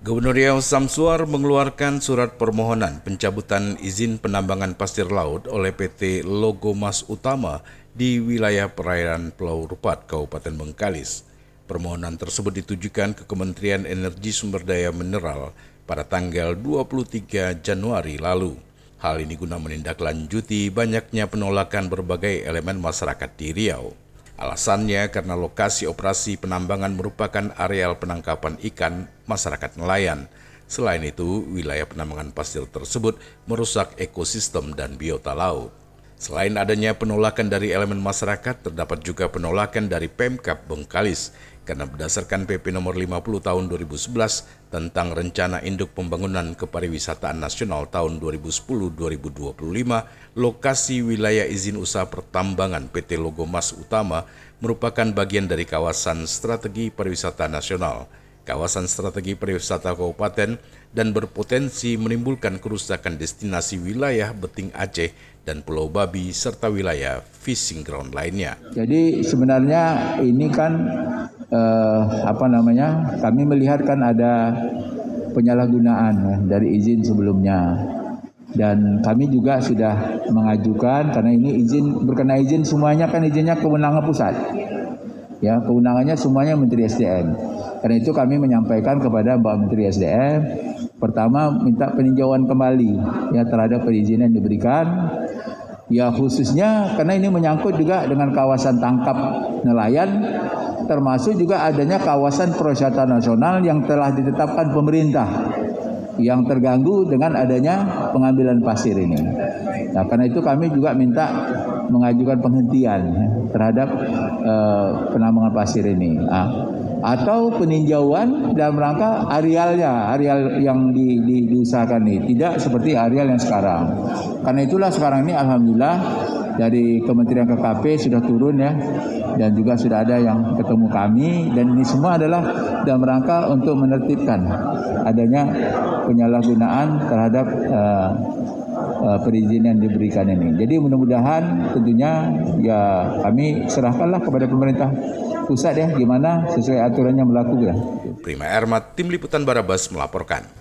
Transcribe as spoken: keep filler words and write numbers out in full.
Gubernur Riau Samsuar mengeluarkan surat permohonan pencabutan izin penambangan pasir laut oleh P T Logomas Utama di wilayah perairan Pulau Rupat, Kabupaten Bengkalis. Permohonan tersebut ditujukan ke Kementerian Energi Sumber Daya Mineral pada tanggal dua puluh tiga Januari lalu. Hal ini guna menindaklanjuti banyaknya penolakan berbagai elemen masyarakat di Riau. Alasannya karena lokasi operasi penambangan merupakan areal penangkapan ikan masyarakat nelayan. Selain itu, wilayah penambangan pasir tersebut merusak ekosistem dan biota laut. Selain adanya penolakan dari elemen masyarakat, terdapat juga penolakan dari Pemkab Bengkalis karena berdasarkan P P nomor lima puluh tahun dua ribu sebelas tentang Rencana Induk Pembangunan Kepariwisataan Nasional tahun dua ribu sepuluh sampai dua ribu dua puluh lima, lokasi wilayah izin usaha pertambangan P T Logomas Utama merupakan bagian dari kawasan strategi pariwisata nasional, kawasan strategi pariwisata kabupaten, dan berpotensi menimbulkan kerusakan destinasi wilayah Beting Aceh dan Pulau Babi serta wilayah fishing ground lainnya. Jadi sebenarnya ini kan eh, apa namanya? Kami melihat kan ada penyalahgunaan ya, dari izin sebelumnya. Dan kami juga sudah mengajukan karena ini izin berkenaan izin semuanya kan izinnya kewenangan pusat. Ya, kewenangannya semuanya Menteri S D M. Karena itu kami menyampaikan kepada Mbak Menteri S D M, pertama minta peninjauan kembali ya terhadap perizinan yang diberikan. Ya khususnya karena ini menyangkut juga dengan kawasan tangkap nelayan, termasuk juga adanya kawasan pariwisata nasional yang telah ditetapkan pemerintah yang terganggu dengan adanya pengambilan pasir ini. Nah, karena itu kami juga minta mengajukan penghentian ya, terhadap uh, penambangan pasir ini. Nah, atau peninjauan dalam rangka arealnya, areal yang di, di, diusahakan ini tidak seperti areal yang sekarang. Karena itulah sekarang ini alhamdulillah dari Kementerian K K P sudah turun ya, dan juga sudah ada yang ketemu kami, dan ini semua adalah dalam rangka untuk menertibkan adanya penyalahgunaan terhadap uh, uh, perizinan yang diberikan ini. Jadi mudah-mudahan tentunya ya kami serahkanlah kepada pemerintah pusat ya gimana sesuai aturannya berlaku ya. Prima Ermat, Tim Liputan Barabas melaporkan.